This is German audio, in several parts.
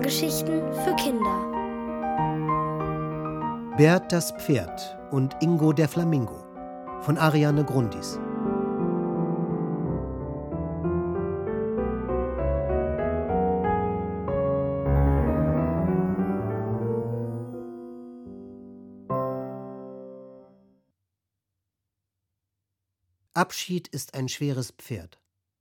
Hörgeschichten für Kinder. Bert das Pferd und Ingo der Flamingo von Ariane Grundis. Abschied ist ein schweres Pferd.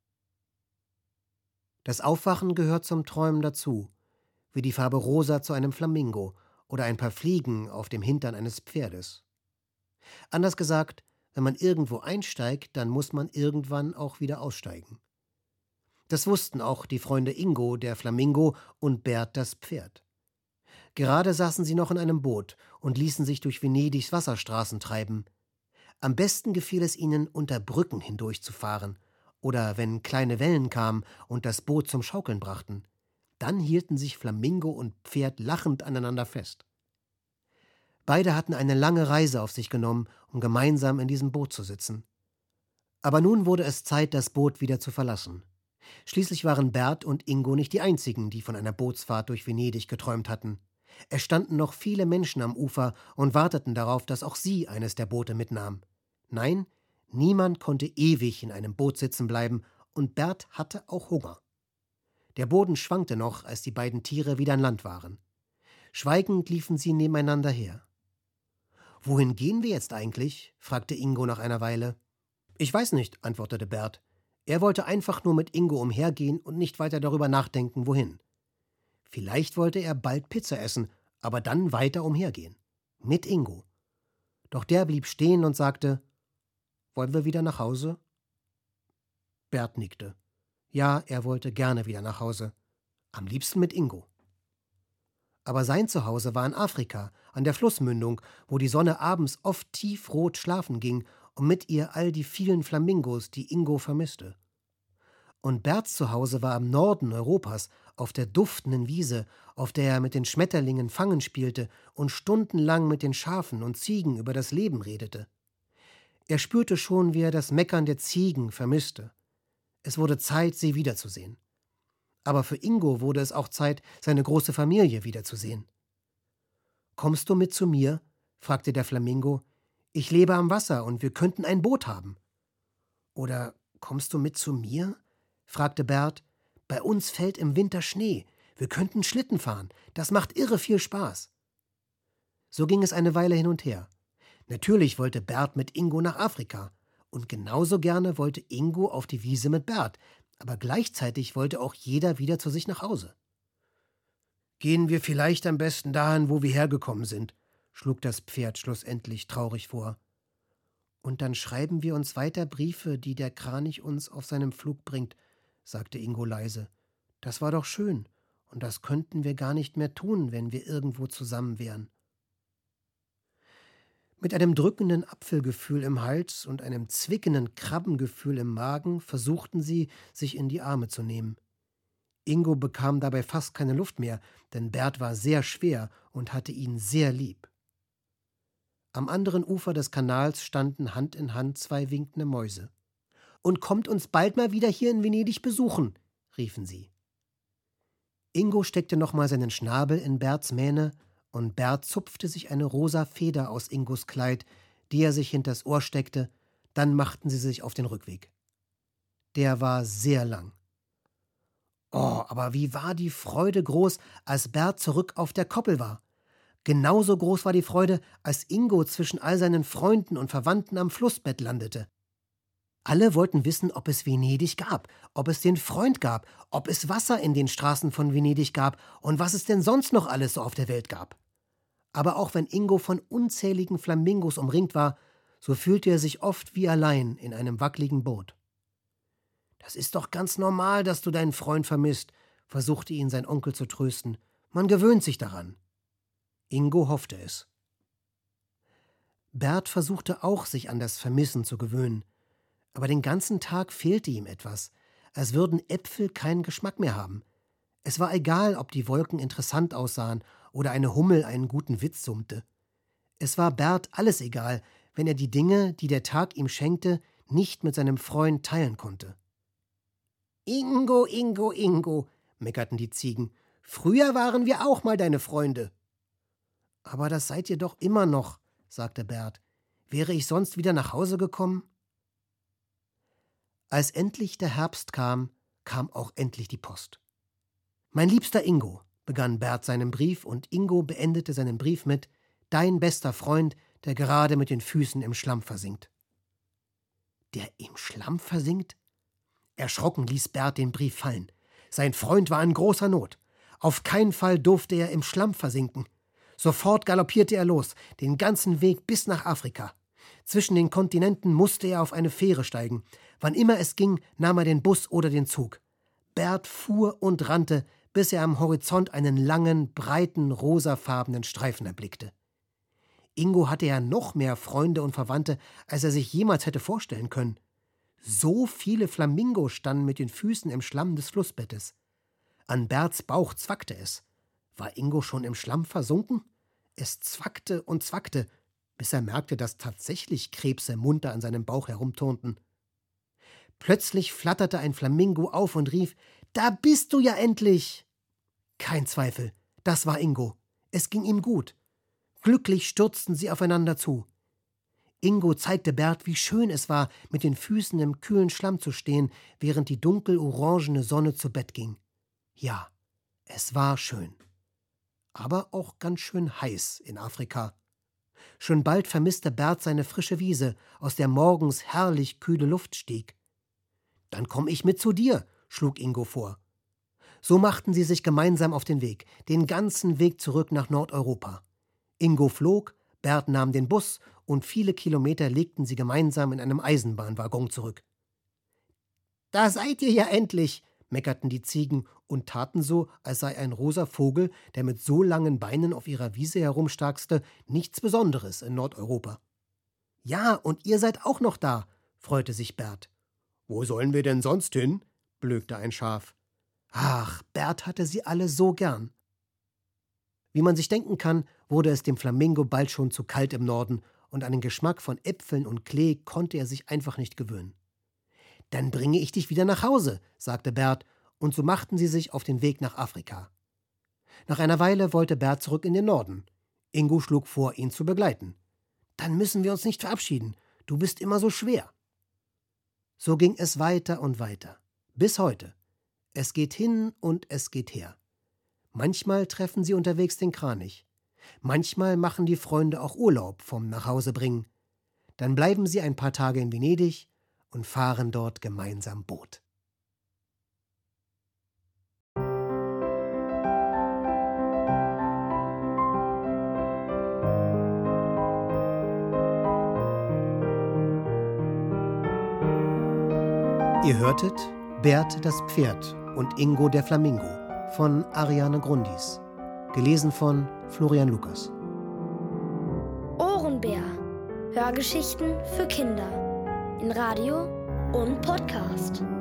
Das Aufwachen gehört zum Träumen dazu, wie die Farbe rosa zu einem Flamingo oder ein paar Fliegen auf dem Hintern eines Pferdes. Anders gesagt, wenn man irgendwo einsteigt, dann muss man irgendwann auch wieder aussteigen. Das wussten auch die Freunde Ingo, der Flamingo, und Bert, das Pferd. Gerade saßen sie noch in einem Boot und ließen sich durch Venedigs Wasserstraßen treiben. Am besten gefiel es ihnen, unter Brücken hindurchzufahren oder wenn kleine Wellen kamen und das Boot zum Schaukeln brachten. Dann hielten sich Flamingo und Pferd lachend aneinander fest. Beide hatten eine lange Reise auf sich genommen, um gemeinsam in diesem Boot zu sitzen. Aber nun wurde es Zeit, das Boot wieder zu verlassen. Schließlich waren Bert und Ingo nicht die einzigen, die von einer Bootsfahrt durch Venedig geträumt hatten. Es standen noch viele Menschen am Ufer und warteten darauf, dass auch sie eines der Boote mitnahm. Nein, niemand konnte ewig in einem Boot sitzen bleiben, und Bert hatte auch Hunger. Der Boden schwankte noch, als die beiden Tiere wieder an Land waren. Schweigend liefen sie nebeneinander her. »Wohin gehen wir jetzt eigentlich?« fragte Ingo nach einer Weile. »Ich weiß nicht«, antwortete Bert. Er wollte einfach nur mit Ingo umhergehen und nicht weiter darüber nachdenken, wohin. Vielleicht wollte er bald Pizza essen, aber dann weiter umhergehen. Mit Ingo. Doch der blieb stehen und sagte: »Wollen wir wieder nach Hause?« Bert nickte. Ja, er wollte gerne wieder nach Hause. Am liebsten mit Ingo. Aber sein Zuhause war in Afrika, an der Flussmündung, wo die Sonne abends oft tiefrot schlafen ging und mit ihr all die vielen Flamingos, die Ingo vermisste. Und Berts Zuhause war im Norden Europas, auf der duftenden Wiese, auf der er mit den Schmetterlingen Fangen spielte und stundenlang mit den Schafen und Ziegen über das Leben redete. Er spürte schon, wie er das Meckern der Ziegen vermisste. Es wurde Zeit, sie wiederzusehen. Aber für Ingo wurde es auch Zeit, seine große Familie wiederzusehen. »Kommst du mit zu mir?« fragte der Flamingo. »Ich lebe am Wasser und wir könnten ein Boot haben.« »Oder kommst du mit zu mir?« fragte Bert. »Bei uns fällt im Winter Schnee. Wir könnten Schlitten fahren. Das macht irre viel Spaß.« So ging es eine Weile hin und her. Natürlich wollte Bert mit Ingo nach Afrika. Und genauso gerne wollte Ingo auf die Wiese mit Bert. Aber gleichzeitig wollte auch jeder wieder zu sich nach Hause. »Gehen wir vielleicht am besten dahin, wo wir hergekommen sind«, schlug das Pferd schlussendlich traurig vor. »Und dann schreiben wir uns weiter Briefe, die der Kranich uns auf seinem Flug bringt«, sagte Ingo leise. »Das war doch schön, und das könnten wir gar nicht mehr tun, wenn wir irgendwo zusammen wären.« Mit einem drückenden Apfelgefühl im Hals und einem zwickenden Krabbengefühl im Magen versuchten sie, sich in die Arme zu nehmen. Ingo bekam dabei fast keine Luft mehr, denn Bert war sehr schwer und hatte ihn sehr lieb. Am anderen Ufer des Kanals standen Hand in Hand zwei winkende Mäuse. »Und kommt uns bald mal wieder hier in Venedig besuchen«, riefen sie. Ingo steckte nochmal seinen Schnabel in Berts Mähne, und Bert zupfte sich eine rosa Feder aus Ingos Kleid, die er sich hinters Ohr steckte, dann machten sie sich auf den Rückweg. Der war sehr lang. Oh, aber wie war die Freude groß, als Bert zurück auf der Koppel war. Genauso groß war die Freude, als Ingo zwischen all seinen Freunden und Verwandten am Flussbett landete. Alle wollten wissen, ob es Venedig gab, ob es den Freund gab, ob es Wasser in den Straßen von Venedig gab und was es denn sonst noch alles so auf der Welt gab. Aber auch wenn Ingo von unzähligen Flamingos umringt war, so fühlte er sich oft wie allein in einem wackeligen Boot. »Das ist doch ganz normal, dass du deinen Freund vermisst«, versuchte ihn sein Onkel zu trösten. »Man gewöhnt sich daran.« Ingo hoffte es. Bert versuchte auch, sich an das Vermissen zu gewöhnen. Aber den ganzen Tag fehlte ihm etwas, als würden Äpfel keinen Geschmack mehr haben. Es war egal, ob die Wolken interessant aussahen oder eine Hummel einen guten Witz summte. Es war Bert alles egal, wenn er die Dinge, die der Tag ihm schenkte, nicht mit seinem Freund teilen konnte. »Ingo, Ingo, Ingo«, meckerten die Ziegen, Früher waren wir auch mal deine Freunde. Aber das seid ihr doch immer noch, sagte Bert. Wäre ich sonst wieder nach Hause gekommen? Als endlich der Herbst kam, kam auch endlich die Post. Mein liebster Ingo, begann Bert seinen Brief, und Ingo beendete seinen Brief mit: Dein bester Freund, der gerade mit den Füßen im Schlamm versinkt. Der im Schlamm versinkt? Erschrocken ließ Bert den Brief fallen. Sein Freund war in großer Not. Auf keinen Fall durfte er im Schlamm versinken. Sofort galoppierte er los, den ganzen Weg bis nach Afrika. Zwischen den Kontinenten musste er auf eine Fähre steigen. Wann immer es ging, nahm er den Bus oder den Zug. Bert fuhr und rannte, bis er am Horizont einen langen, breiten, rosafarbenen Streifen erblickte. Ingo hatte ja noch mehr Freunde und Verwandte, als er sich jemals hätte vorstellen können. So viele Flamingos standen mit den Füßen im Schlamm des Flussbettes. An Berts Bauch zwackte es. War Ingo schon im Schlamm versunken? Es zwackte und zwackte, bis er merkte, dass tatsächlich Krebse munter an seinem Bauch herumturnten. Plötzlich flatterte ein Flamingo auf und rief: »Da bist du ja endlich!« Kein Zweifel, das war Ingo. Es ging ihm gut. Glücklich stürzten sie aufeinander zu. Ingo zeigte Bert, wie schön es war, mit den Füßen im kühlen Schlamm zu stehen, während die dunkel-orangene Sonne zu Bett ging. Ja, es war schön. Aber auch ganz schön heiß in Afrika. Schon bald vermisste Bert seine frische Wiese, aus der morgens herrlich kühle Luft stieg. »Dann komm ich mit zu dir«, schlug Ingo vor. So machten sie sich gemeinsam auf den Weg, den ganzen Weg zurück nach Nordeuropa. Ingo flog, Bert nahm den Bus, und viele Kilometer legten sie gemeinsam in einem Eisenbahnwaggon zurück. »Da seid ihr ja endlich«, meckerten die Ziegen und taten so, als sei ein rosa Vogel, der mit so langen Beinen auf ihrer Wiese herumstarkste, nichts Besonderes in Nordeuropa. »Ja, und ihr seid auch noch da«, freute sich Bert. »Wo sollen wir denn sonst hin?«, blökte ein Schaf. Ach, Bert hatte sie alle so gern. Wie man sich denken kann, wurde es dem Flamingo bald schon zu kalt im Norden, und an den Geschmack von Äpfeln und Klee konnte er sich einfach nicht gewöhnen. »Dann bringe ich dich wieder nach Hause«, sagte Bert, und so machten sie sich auf den Weg nach Afrika. Nach einer Weile wollte Bert zurück in den Norden. Ingo schlug vor, ihn zu begleiten. »Dann müssen wir uns nicht verabschieden. Du bist immer so schwer.« So ging es weiter und weiter. Bis heute. Es geht hin und es geht her. Manchmal treffen sie unterwegs den Kranich. Manchmal machen die Freunde auch Urlaub vom Nachhausebringen. Dann bleiben sie ein paar Tage in Venedig und fahren dort gemeinsam Boot. Ihr hörtet Bert das Pferd und Ingo der Flamingo von Ariane Grundis. Gelesen von Florian Lukas. Ohrenbär. Hörgeschichten für Kinder. In Radio und Podcast.